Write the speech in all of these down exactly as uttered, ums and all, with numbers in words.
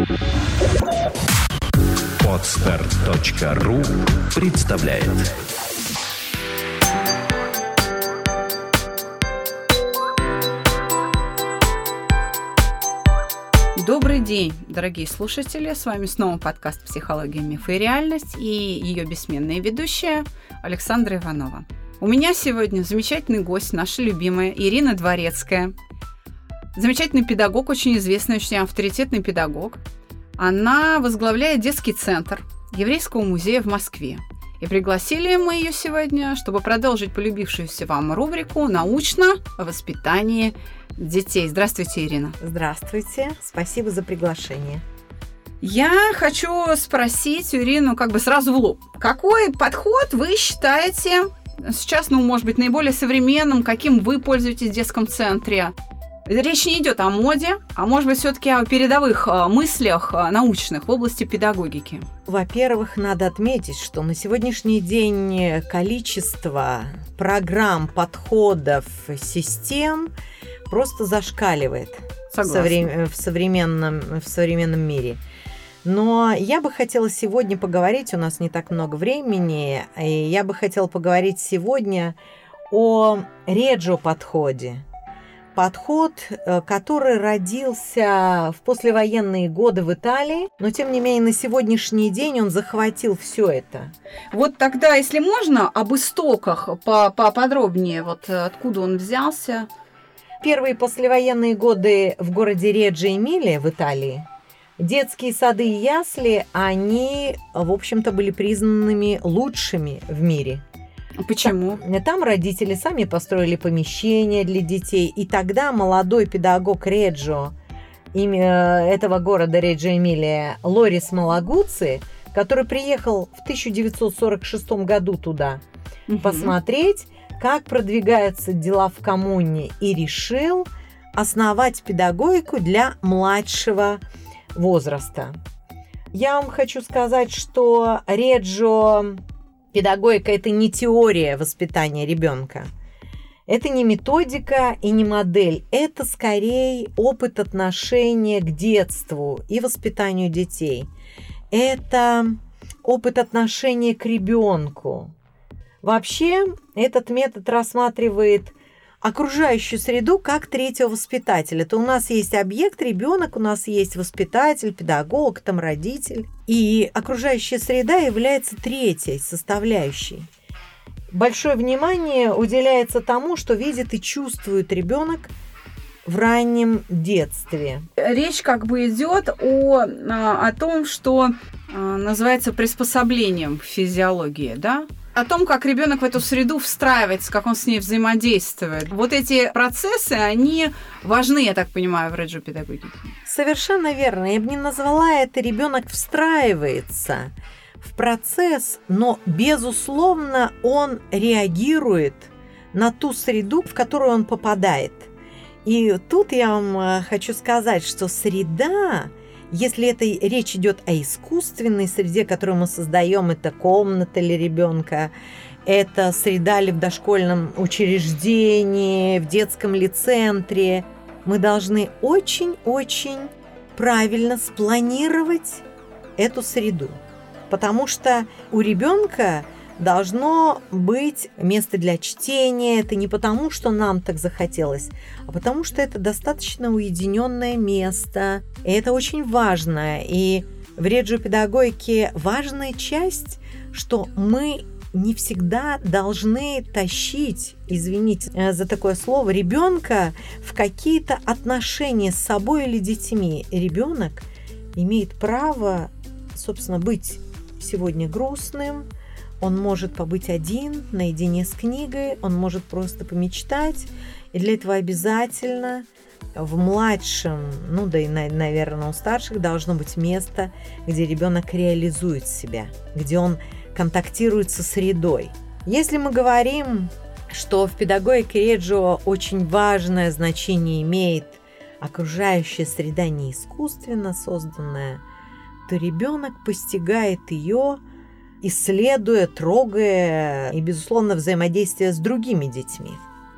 Подстер точка ру представляет. Добрый день, дорогие слушатели! С вами снова подкаст «Психология, мифы и реальность» и ее бессменная ведущая Александра Иванова. У меня сегодня замечательный гость, наша любимая Ирина Дворецкая. Замечательный педагог, очень известный, очень авторитетный педагог. Она возглавляет детский центр Еврейского музея в Москве. И пригласили мы ее сегодня, чтобы продолжить полюбившуюся вам рубрику «Научно о воспитании детей». Здравствуйте, Ирина. Здравствуйте. Спасибо за приглашение. Я хочу спросить Ирину как бы сразу в лоб. Какой подход вы считаете сейчас, ну, может быть, наиболее современным, каким вы пользуетесь в детском центре? Речь не идет о моде, а может быть, все-таки о передовых мыслях научных в области педагогики. Во-первых, надо отметить, что на сегодняшний день количество программ, подходов, систем просто зашкаливает в, совре- в, современном, в современном мире. Но я бы хотела сегодня поговорить, у нас не так много времени, и я бы хотела поговорить сегодня о реджо-подходе. Подход, который родился в послевоенные годы в Италии, но, тем не менее, на сегодняшний день он захватил все это. Вот тогда, если можно, об истоках поподробнее, вот откуда он взялся. Первые послевоенные годы в городе Реджо-Эмилия в Италии детские сады и ясли, они, в общем-то, были признанными лучшими в мире. Почему? Там, там родители сами построили помещения для детей, и тогда молодой педагог Реджо, имя этого города Реджо-Эмилия, Лорис Малагуци, который приехал в тысяча девятьсот сорок шестом году туда угу. посмотреть, как продвигаются дела в коммуне, и решил основать педагогику для младшего возраста. Я вам хочу сказать, что Реджо... Педагогика – это не теория воспитания ребенка. Это не методика и не модель. Это скорее опыт отношения к детству и воспитанию детей. Это опыт отношения к ребенку. Вообще, этот метод рассматривает окружающую среду как третьего воспитателя. То у нас есть объект, ребенок, у нас есть воспитатель, педагог, там родитель. И окружающая среда является третьей составляющей. Большое внимание уделяется тому, что видит и чувствует ребенок в раннем детстве. Речь как бы идет о, о том, что называется приспособлением в физиологии, да? О том, как ребенок в эту среду встраивается, как он с ней взаимодействует. Вот эти процессы, они важны, я так понимаю, в реджо-педагогике. Совершенно верно. Я бы не назвала это «ребенок встраивается» в процесс, но, безусловно, он реагирует на ту среду, в которую он попадает. И тут я вам хочу сказать, что среда... Если это речь идет о искусственной среде, которую мы создаем, это комната для ребенка, это среда ли в дошкольном учреждении, в детском ли центре, мы должны очень-очень правильно спланировать эту среду. Потому что у ребенка должно быть место для чтения. Это не потому, что нам так захотелось, а потому что это достаточно уединенное место. И это очень важно. И в реджо-педагогике важная часть, что мы не всегда должны тащить, извините за такое слово, ребенка в какие-то отношения с собой или детьми. Ребенок имеет право, собственно, быть сегодня грустным. Он может побыть один, наедине с книгой, он может просто помечтать. И для этого обязательно в младшем, ну да и, наверное, у старших должно быть место, где ребенок реализует себя, где он контактирует со средой. Если мы говорим, что в педагогике Реджо очень важное значение имеет окружающая среда не искусственно созданная, то ребенок постигает ее, исследуя, трогая и, безусловно, взаимодействуя с другими детьми.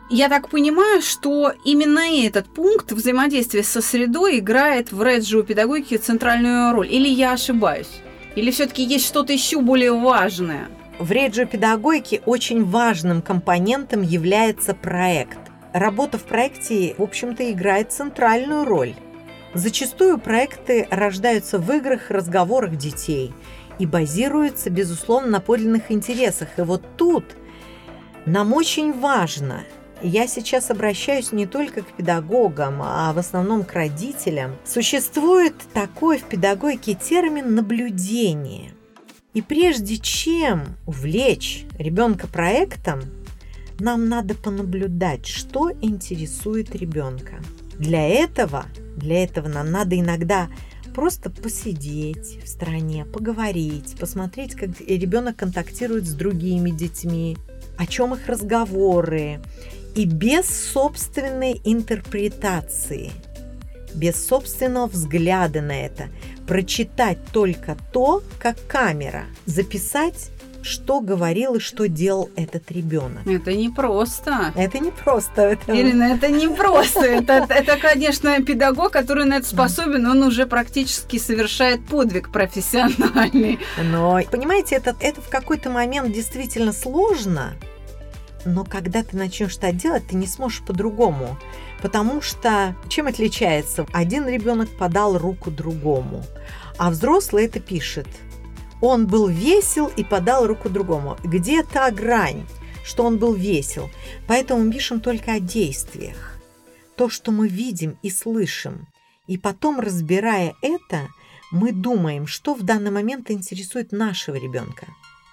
Я так понимаю, что именно этот пункт взаимодействия со средой играет в реджио-педагогике центральную роль. Или я ошибаюсь? Или все-таки есть что-то еще более важное? В реджио-педагогике очень важным компонентом является проект. Работа в проекте, в общем-то, играет центральную роль. Зачастую проекты рождаются в играх, разговорах детей и базируются, безусловно, на подлинных интересах. И вот тут нам очень важно, я сейчас обращаюсь не только к педагогам, а в основном к родителям, существует такой в педагогике термин «наблюдение». И прежде чем увлечь ребенка проектом, нам надо понаблюдать, что интересует ребенка. Для этого, для этого нам надо иногда просто посидеть в стороне, поговорить, посмотреть, как ребенок контактирует с другими детьми, о чем их разговоры, и без собственной интерпретации, без собственного взгляда на это, прочитать только то, как камера, записать, что говорил и что делал этот ребенок. Это непросто. Это непросто. Это... Ирина, это непросто. Это, это, конечно, педагог, который на это способен, он уже практически совершает подвиг профессиональный. Но, понимаете, это, это в какой-то момент действительно сложно, но когда ты начнешь это делать, ты не сможешь по-другому. Потому что чем отличается? Один ребенок подал руку другому, а взрослый это пишет. Он был весел и подал руку другому. Где та грань, что он был весел? Поэтому мы пишем только о действиях. То, что мы видим и слышим. И потом, разбирая это, мы думаем, что в данный момент интересует нашего ребенка.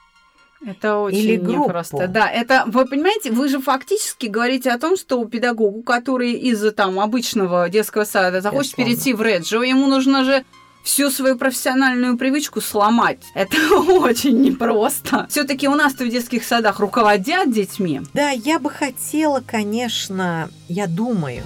Это очень Или группу. непросто. Да, это, вы понимаете, вы же фактически говорите о том, что педагогу, который из там обычного детского сада захочет Безусловно. перейти в реджио, ему нужно же всю свою профессиональную привычку сломать. Это очень непросто. Все-таки у нас-то в детских садах руководят детьми. Да, я бы хотела, конечно, я думаю,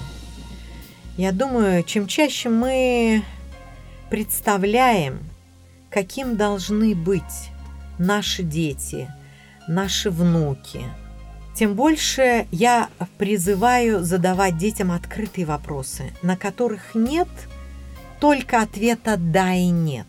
я думаю, чем чаще мы представляем, каким должны быть наши дети, наши внуки, тем больше я призываю задавать детям открытые вопросы, на которых нет только ответа «да» и «нет».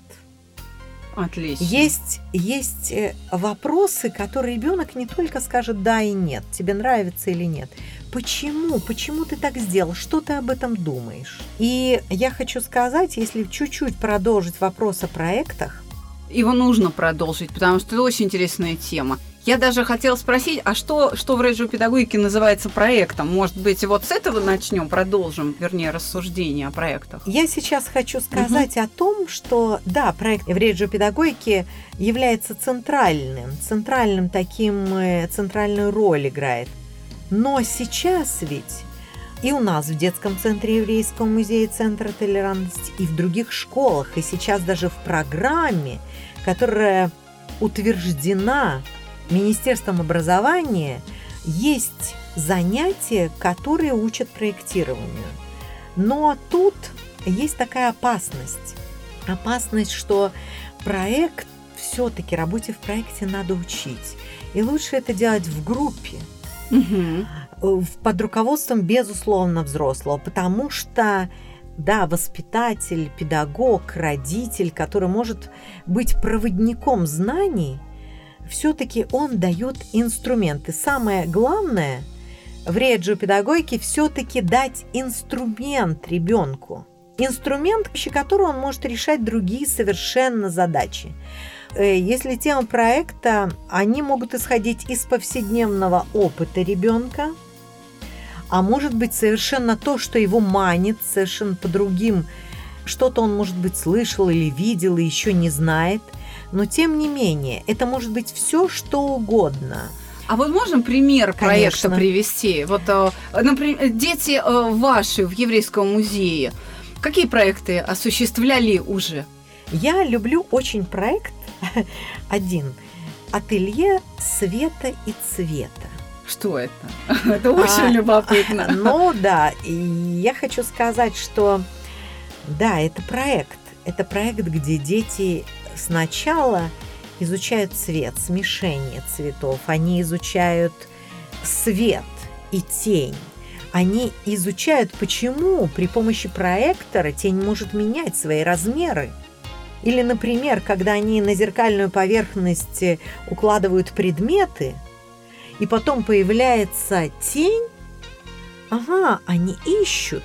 Отлично. Есть, есть вопросы, которые ребенок не только скажет «да» и «нет», тебе нравится или нет. Почему? Почему ты так сделал? Что ты об этом думаешь? И я хочу сказать, если чуть-чуть продолжить вопрос о проектах, его нужно продолжить, потому что это очень интересная тема. Я даже хотела спросить, а что, что в реджио-педагогике называется проектом? Может быть, вот с этого начнем, продолжим, вернее, рассуждение о проектах? Я сейчас хочу сказать угу. о том, что, да, проект в реджио-педагогике является центральным, центральным таким, центральную роль играет. Но сейчас ведь и у нас в детском центре Еврейского музея Центра толерантности, и в других школах, и сейчас даже в программе, которая утверждена Министерством образования, есть занятия, которые учат проектированию. Но тут есть такая опасность. Опасность, что проект, все-таки работе в проекте надо учить. И лучше это делать в группе. Угу. Под руководством, безусловно, взрослого, потому что, да, воспитатель, педагог, родитель, который может быть проводником знаний, все-таки он дает инструменты. Самое главное в реджио-педагогике все-таки дать инструмент ребенку. Инструмент, с которым он может решать другие совершенно задачи. Если тема проекта, они могут исходить из повседневного опыта ребенка, а может быть совершенно то, что его манит, совершенно по другим, что-то он, может быть, слышал или видел и еще не знает, но тем не менее, это может быть все, что угодно. А вот можно пример Конечно. проекта привести? Вот, например, дети ваши в Еврейском музее, какие проекты осуществляли уже? Я люблю очень проект один. Ателье света и цвета. Что это? Это очень а, любопытно. Ну да, и я хочу сказать, что да, это проект. Это проект, где дети сначала изучают цвет, смешение цветов. Они изучают свет. и тень. Они изучают, почему при помощи проектора тень может менять свои размеры. Или, например, когда они на зеркальную поверхность укладывают предметы, и потом появляется тень, ага, они ищут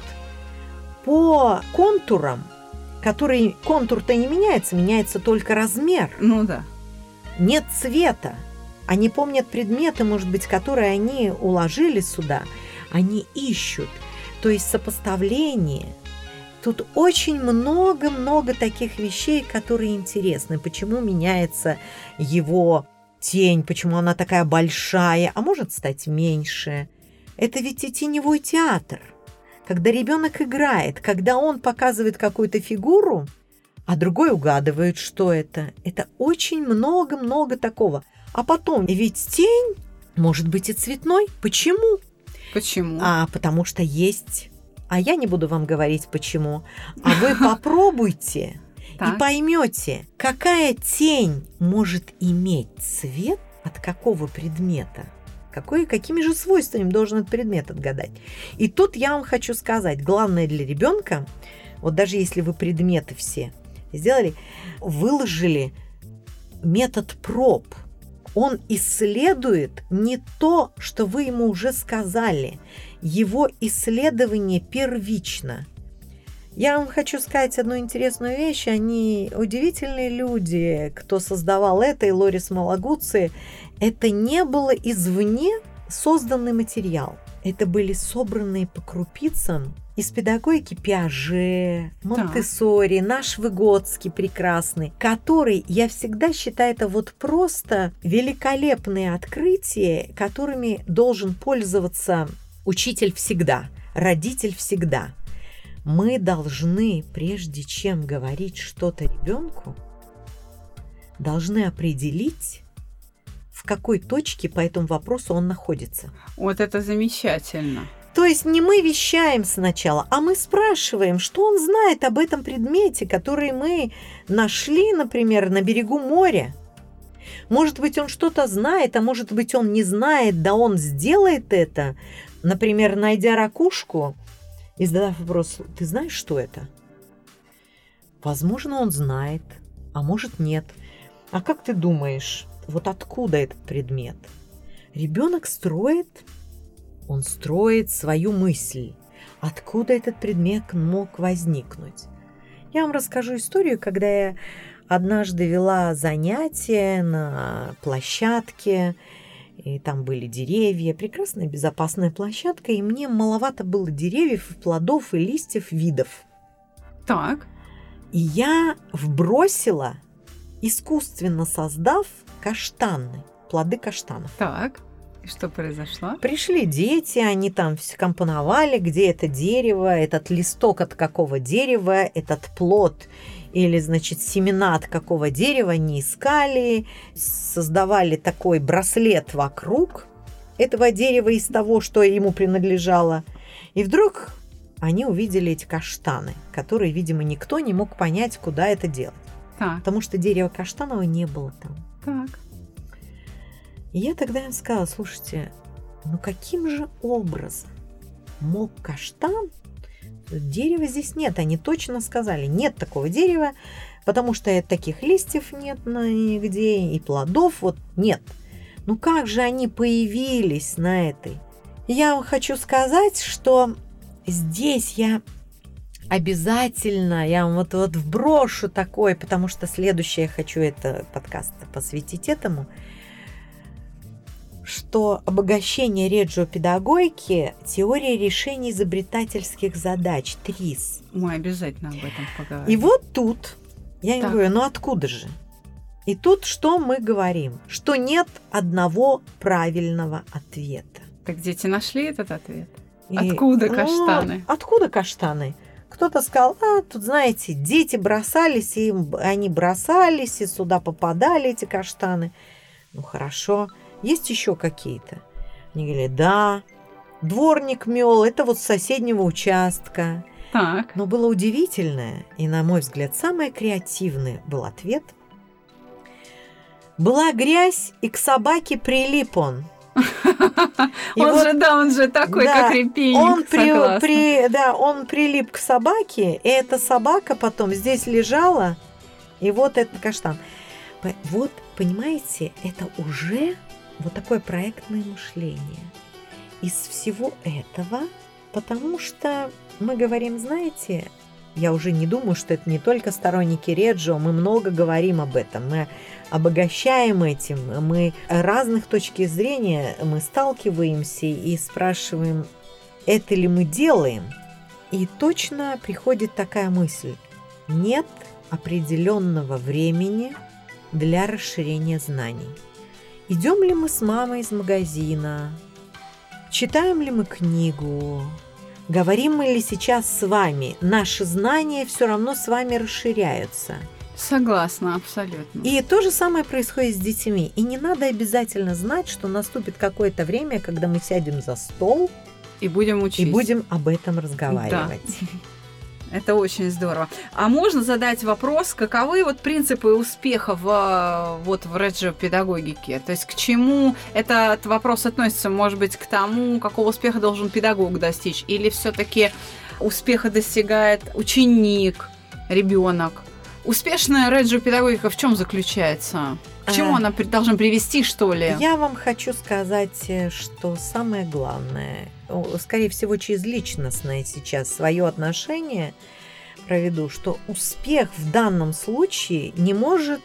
по контурам, которые контур-то не меняется, меняется только размер. Ну да. Нет цвета. Они помнят предметы, может быть, которые они уложили сюда. Они ищут. То есть сопоставление. Тут очень много-много таких вещей, которые интересны. Почему меняется его тень, почему она такая большая, а может стать меньше. Это ведь и теневой театр. Когда ребенок играет, когда он показывает какую-то фигуру, а другой угадывает, что это. Это очень много-много такого. А потом, ведь тень может быть и цветной. Почему? Почему? А потому что есть... А я не буду вам говорить, почему. А вы попробуйте и поймете, какая тень может иметь цвет от какого предмета. Какой, какими же свойствами должен этот предмет отгадать. И тут я вам хочу сказать, главное для ребенка, вот даже если вы предметы все сделали, выложили метод проб. Он исследует не то, что вы ему уже сказали. Его исследование первично. Я вам хочу сказать одну интересную вещь. Они удивительные люди, кто создавал это, и Лорис Малагуци. Это не было извне созданный материал. Это были собранные по крупицам из педагогики Пиаже, Монтессори, да. Наш Выгодский прекрасный, который, я всегда считаю, это вот просто великолепные открытия, которыми должен пользоваться учитель всегда, родитель всегда. Мы должны, прежде чем говорить что-то ребенку, должны определить, в какой точке по этому вопросу он находится. Вот это замечательно. То есть не мы вещаем сначала, а мы спрашиваем, что он знает об этом предмете, который мы нашли, например, на берегу моря. Может быть, он что-то знает, а может быть, он не знает, да он сделает это. Например, найдя ракушку и задав вопрос, ты знаешь, что это? Возможно, он знает, а может, нет. А как ты думаешь, вот откуда этот предмет? Ребенок строит, он строит свою мысль. Откуда этот предмет мог возникнуть? Я вам расскажу историю, когда я однажды вела занятия на площадке, и там были деревья, прекрасная безопасная площадка, и мне маловато было деревьев, плодов и листьев видов. Так. И я вбросила, искусственно создав каштаны, плоды каштанов. Так. И что произошло? Пришли дети, они там все компоновали, где это дерево, этот листок от какого дерева, этот плод или, значит, семена от какого дерева, они искали, создавали такой браслет вокруг этого дерева из того, что ему принадлежало. И вдруг они увидели эти каштаны, которые, видимо, никто не мог понять, куда это делать. Так. Потому что дерева каштанового не было там. Так. И я тогда им сказала, слушайте, ну каким же образом мог каштан? Дерева здесь нет. Они точно сказали, нет такого дерева, потому что таких листьев нет нигде, и плодов вот нет. Ну как же они появились на этой? Я вам хочу сказать, что здесь я обязательно, я вам вот, вот вброшу такое, потому что следующее я хочу это подкаст посвятить этому, что обогащение реджиопедагогики – теория решения изобретательских задач, ТРИЗ. Мы обязательно об этом поговорим. И вот тут, я им Так. говорю, ну откуда же? И тут что мы говорим? Что нет одного правильного ответа. Так дети нашли этот ответ? И, Откуда ну, каштаны? Откуда каштаны? Кто-то сказал, а, тут, знаете, дети бросались, и они бросались, и сюда попадали эти каштаны. Ну, хорошо. Есть еще какие-то? Они говорили, да, дворник мел, это вот с соседнего участка. Так. Но было удивительное, и, на мой взгляд, самый креативный был ответ. Была грязь, и к собаке прилип он. Он вот, же, да, он же такой, да, как репейник, он при, согласна. при, да, он прилип к собаке, и эта собака потом здесь лежала, и вот этот каштан. Вот, понимаете, это уже вот такое проектное мышление. Из всего этого, потому что мы говорим, знаете, я уже не думаю, что это не только сторонники Реджио, мы много говорим об этом, мы обогащаем этим, мы разных точек зрения, мы сталкиваемся и спрашиваем, это ли мы делаем, и точно приходит такая мысль, нет определенного времени для расширения знаний. Идем ли мы с мамой из магазина, читаем ли мы книгу, говорим мы ли сейчас с вами, наши знания все равно с вами расширяются. Согласна, абсолютно. И то же самое происходит с детьми. И не надо обязательно знать, что наступит какое-то время, когда мы сядем за стол и будем учить. И будем об этом разговаривать. Да. Это очень здорово. А можно задать вопрос, каковы вот принципы успеха в, вот, в реджио-педагогике? То есть к чему этот вопрос относится? Может быть, к тому, какого успеха должен педагог достичь? Или все-таки успеха достигает ученик, ребенок? Успешная реджио-педагогика в чем заключается? К чему а, она должна привести, что ли? Я вам хочу сказать, что самое главное, скорее всего, через личностное сейчас свое отношение проведу, что успех в данном случае не может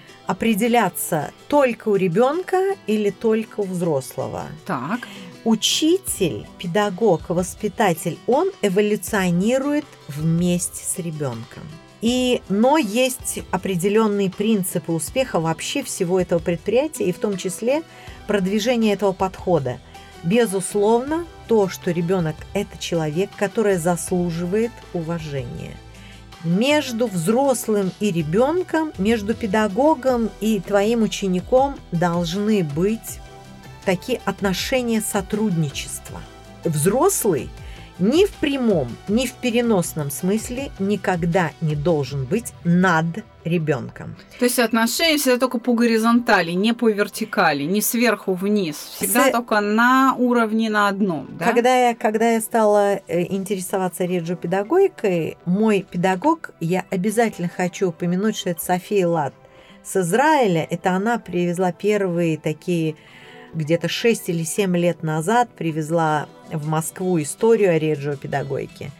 определяться только у ребенка или только у взрослого. Так. Учитель, педагог, воспитатель, он эволюционирует вместе с ребенком. И, но есть определенные принципы успеха вообще всего этого предприятия, и в том числе продвижение этого подхода. Безусловно, то, что ребенок – это человек, который заслуживает уважения. Между взрослым и ребенком, между педагогом и твоим учеником должны быть такие отношения сотрудничества. Взрослый ни в прямом, ни в переносном смысле никогда не должен быть над ребенком. То есть отношения всегда только по горизонтали, не по вертикали, не сверху вниз, всегда С... только на уровне на одном. Да? Когда я, когда я стала интересоваться реджио-педагогикой, мой педагог, я обязательно хочу упомянуть, что это София Лад с Израиля. Это она привезла первые такие, где-то шесть или семь лет назад привезла в Москву историю о реджио-педагогике.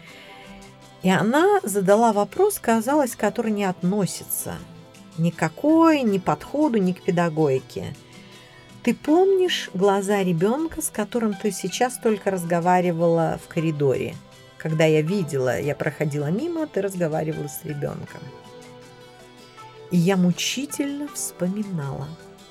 И она задала вопрос, казалось, который не относится никакой, ни подходу, ни к педагогике. Ты помнишь глаза ребенка, с которым ты сейчас только разговаривала в коридоре? Когда я видела, я проходила мимо, ты разговаривала с ребенком. И я мучительно вспоминала.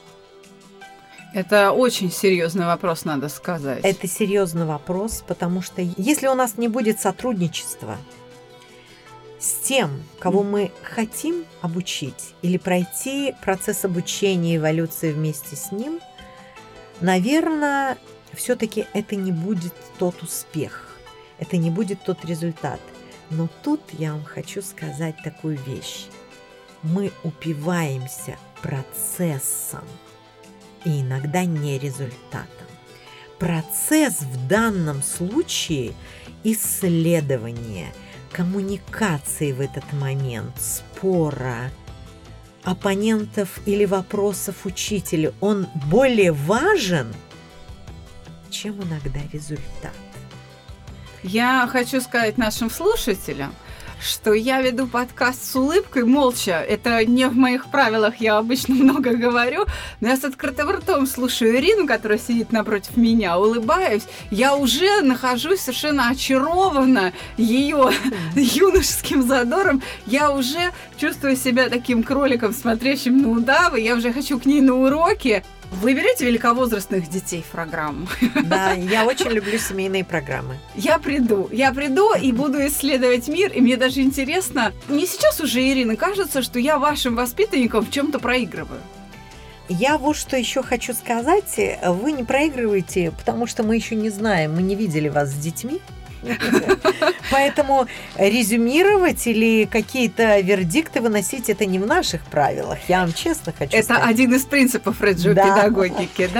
Это очень серьезный вопрос, надо сказать. Это серьезный вопрос, потому что если у нас не будет сотрудничества с тем, кого мы хотим обучить, или пройти процесс обучения, эволюции вместе с ним, наверное, все-таки это не будет тот успех, это не будет тот результат. Но тут я вам хочу сказать такую вещь. Мы упиваемся процессом, и иногда не результатом. Процесс в данном случае исследования, коммуникации в этот момент, спора, оппонентов или вопросов учителя, он более важен, чем иногда результат. Я хочу сказать нашим слушателям, что я веду подкаст с улыбкой, молча. Это не в моих правилах, я обычно много говорю, но я с открытым ртом слушаю Ирину, которая сидит напротив меня, улыбаюсь. Я уже нахожусь совершенно очарована ее юношеским задором. Я уже чувствую себя таким кроликом, смотрящим на удавы. Я уже хочу к ней на уроки. Вы берете великовозрастных детей в программу? Да, я очень люблю семейные программы. Я приду, я приду и буду исследовать мир, и мне даже интересно, мне сейчас уже, Ирина, кажется, что я вашим воспитанникам в чем-то проигрываю. Я вот что еще хочу сказать, вы не проигрываете, потому что мы еще не знаем, мы не видели вас с детьми. Поэтому резюмировать или какие-то вердикты выносить это не в наших правилах. Я вам честно хочу это сказать. Это один из принципов реджио-педагогики, да?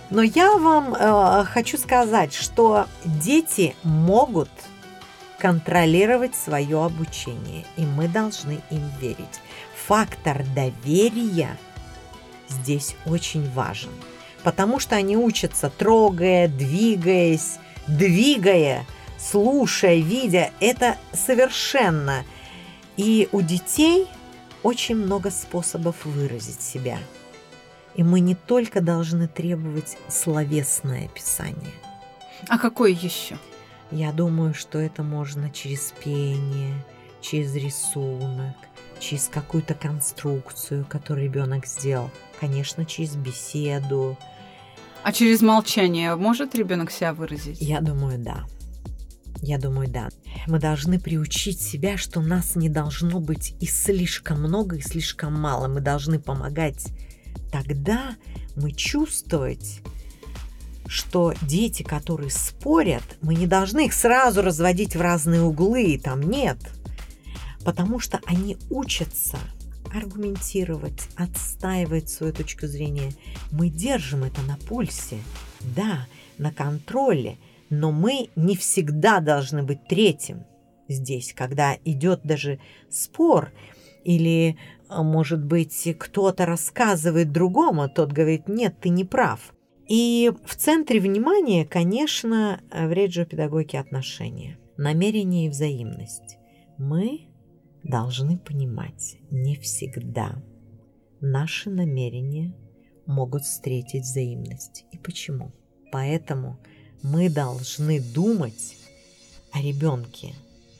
Но я вам э, хочу сказать, что дети могут контролировать свое обучение, и мы должны им верить. Фактор доверия здесь очень важен, потому что они учатся трогая, двигаясь, двигая, слушая, видя. Это совершенно. И у детей очень много способов выразить себя. И мы не только должны требовать словесное описание. А какое еще? Я думаю, что это можно через пение, через рисунок, через какую-то конструкцию, которую ребенок сделал. Конечно, через беседу. А через молчание может ребенок себя выразить? Я думаю, да. Я думаю, да. Мы должны приучить себя, что нас не должно быть и слишком много, и слишком мало. Мы должны помогать. Тогда мы чувствовать, что дети, которые спорят, мы не должны их сразу разводить в разные углы. Там нет. Потому что они учатся аргументировать, отстаивать свою точку зрения. Мы держим это на пульсе, да, на контроле, но мы не всегда должны быть третьим здесь, когда идет даже спор, или, может быть, кто-то рассказывает другому, тот говорит: нет, ты не прав. И в центре внимания, конечно, в реджиопедагогике отношения, намерение и взаимность. Мы должны понимать, не всегда наши намерения могут встретить взаимность. И почему? Поэтому мы должны думать о ребенке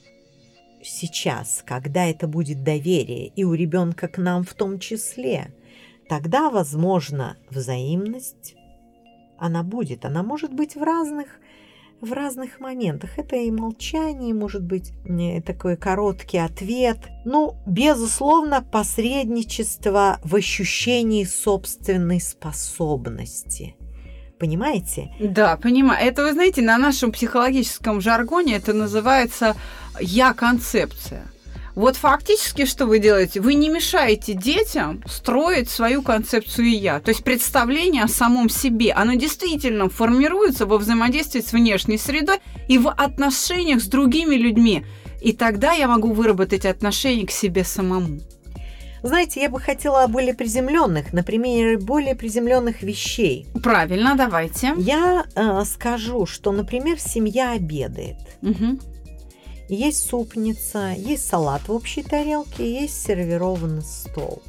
сейчас, когда это будет доверие, и у ребенка к нам в том числе. Тогда, возможно, взаимность, она будет. Она может быть в разных в разных моментах. Это и молчание, может быть, такой короткий ответ. Ну, безусловно, посредничество в ощущении собственной способности. Понимаете? Да, понимаю. Это, вы знаете, на нашем психологическом жаргоне это называется «я-концепция». Вот фактически что вы делаете? Вы не мешаете детям строить свою концепцию «я». То есть представление о самом себе. Оно действительно формируется во взаимодействии с внешней средой и в отношениях с другими людьми. И тогда я могу выработать отношение к себе самому. Знаете, я бы хотела о более приземленных, например, более приземленных вещей. Правильно, давайте. Я э, скажу, что, например, семья обедает. Угу. Есть супница, есть салат в общей тарелке, есть сервированный стол.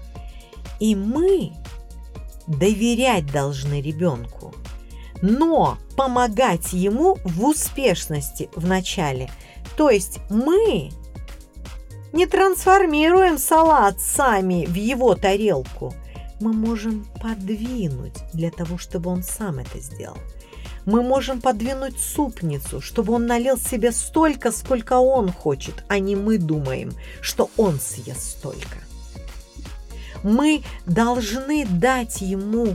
И мы доверять должны ребенку, но помогать ему в успешности в начале. То есть мы не трансформируем салат сами в его тарелку. Мы можем подвинуть для того, чтобы он сам это сделал. Мы можем подвинуть супницу, чтобы он налил себе столько, сколько он хочет, а не мы думаем, что он съест столько. Мы должны дать ему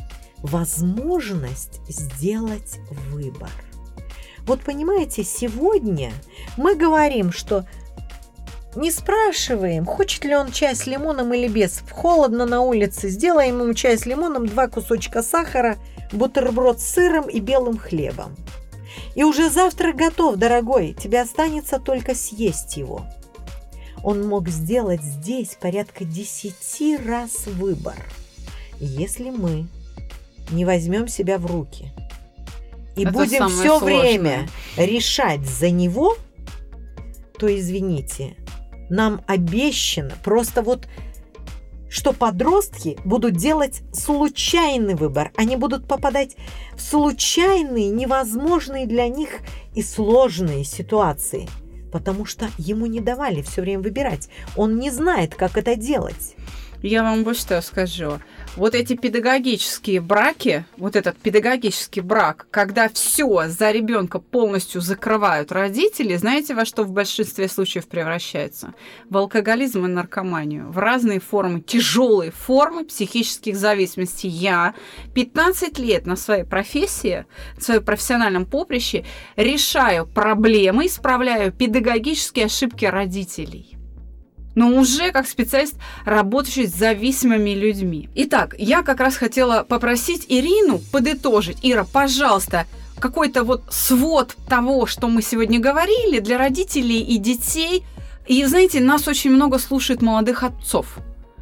возможность сделать выбор. Вот понимаете, сегодня мы говорим, что не спрашиваем, хочет ли он чай с лимоном или без. Холодно на улице, сделаем ему чай с лимоном, два кусочка сахара, бутерброд с сыром и белым хлебом. И уже завтрак готов, дорогой, тебе останется только съесть его. Он мог сделать здесь порядка десяти раз выбор. Если мы не возьмем себя в руки и это будем все время решать за него, то, извините, нам обещано просто вот, что подростки будут делать случайный выбор. Они будут попадать в случайные, невозможные для них и сложные ситуации, потому что ему не давали все время выбирать. Он не знает, как это делать. Я вам вот что скажу. Вот эти педагогические браки, вот этот педагогический брак, когда все за ребенка полностью закрывают родители, знаете, во что в большинстве случаев превращается? В алкоголизм и наркоманию, в разные формы, тяжелые формы психических зависимостей. Я пятнадцать лет на своей профессии, на своем профессиональном поприще решаю проблемы, исправляю педагогические ошибки родителей. но уже как специалист, работающий с зависимыми людьми. Итак, я как раз хотела попросить Ирину подытожить. Ира, пожалуйста, какой-то вот свод того, что мы сегодня говорили для родителей и детей. И, знаете, нас очень много слушает молодых отцов.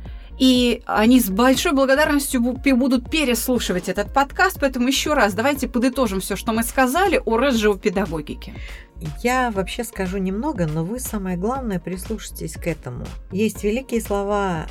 И они с большой благодарностью будут переслушивать этот подкаст. Поэтому еще раз давайте подытожим все, что мы сказали о РЭС-живопедагогике. Я вообще скажу немного, но вы, самое главное, прислушайтесь к этому. Есть великие слова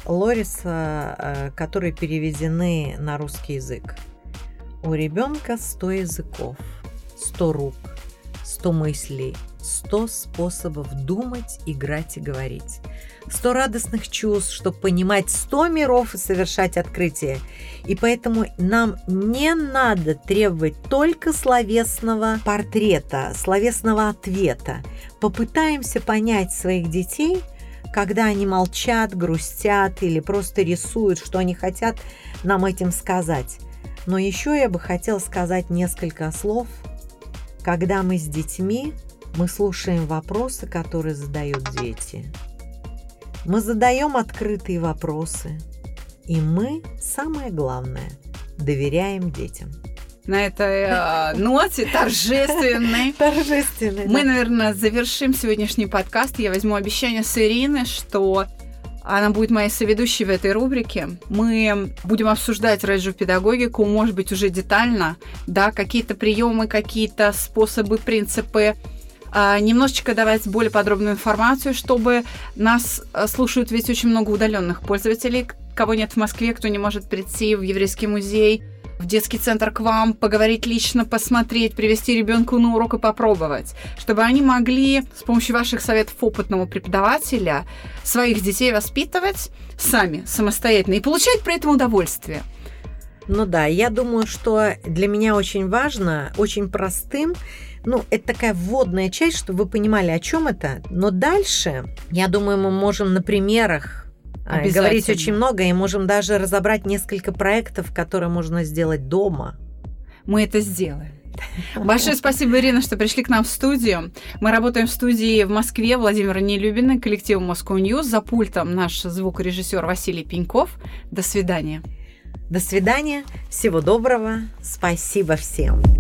Лориса, которые переведены на русский язык. У ребенка сто языков, сто рук, сто мыслей, сто способов думать, играть и говорить. Сто радостных чувств, чтобы понимать сто миров и совершать открытия. И поэтому нам не надо требовать только словесного портрета, словесного ответа. Попытаемся понять своих детей, когда они молчат, грустят или просто рисуют, что они хотят нам этим сказать. Но еще я бы хотела сказать несколько слов. Когда мы с детьми, мы слушаем вопросы, которые задают дети. Мы задаем открытые вопросы. И мы, самое главное, доверяем детям. На этой э, ноте торжественной, торжественной мы, да. наверное, завершим сегодняшний подкаст. Я возьму обещание с Ирины, что она будет моей соведущей в этой рубрике. Мы будем обсуждать РЭС-живопедагогику, может быть, уже детально, да, какие-то приемы, какие-то способы, принципы, немножечко давать более подробную информацию, чтобы нас слушают ведь очень много удаленных пользователей, кого нет в Москве, кто не может прийти в еврейский музей, в детский центр к вам, поговорить лично, посмотреть, привести ребенка на урок и попробовать, чтобы они могли с помощью ваших советов опытного преподавателя своих детей воспитывать сами, самостоятельно, и получать при этом удовольствие. Ну да, я думаю, что для меня очень важно, очень простым, ну, это такая вводная часть, чтобы вы понимали, о чем это. Но дальше, я думаю, мы можем на примерах говорить очень много, и можем даже разобрать несколько проектов, которые можно сделать дома. Мы это сделаем. Большое спасибо, Ирина, что пришли к нам в студию. Мы работаем в студии в Москве Владимира Нелюбина, коллектива Moscow News. За пультом наш звукорежиссер Василий Пеньков. До свидания. До свидания. Всего доброго. Спасибо всем.